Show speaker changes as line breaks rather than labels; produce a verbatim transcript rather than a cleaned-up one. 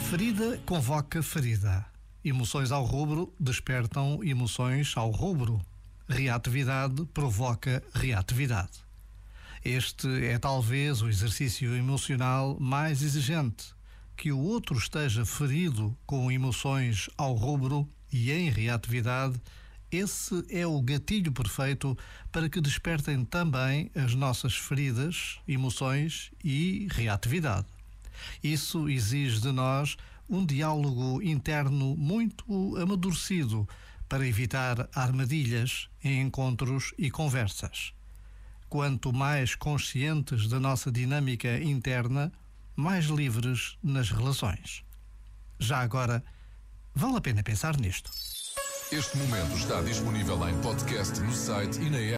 Ferida convoca ferida. Emoções ao rubro despertam emoções ao rubro. Reatividade provoca reatividade. Este é talvez o exercício emocional mais exigente. Que o outro esteja ferido com emoções ao rubro e em reatividade, esse é o gatilho perfeito para que despertem também as nossas feridas, emoções e reatividade. Isso exige de nós um diálogo interno muito amadurecido para evitar armadilhas em encontros e conversas. Quanto mais conscientes da nossa dinâmica interna, mais livres nas relações. Já agora, vale a pena pensar nisto.
Este momento está disponível em podcast no site e na app.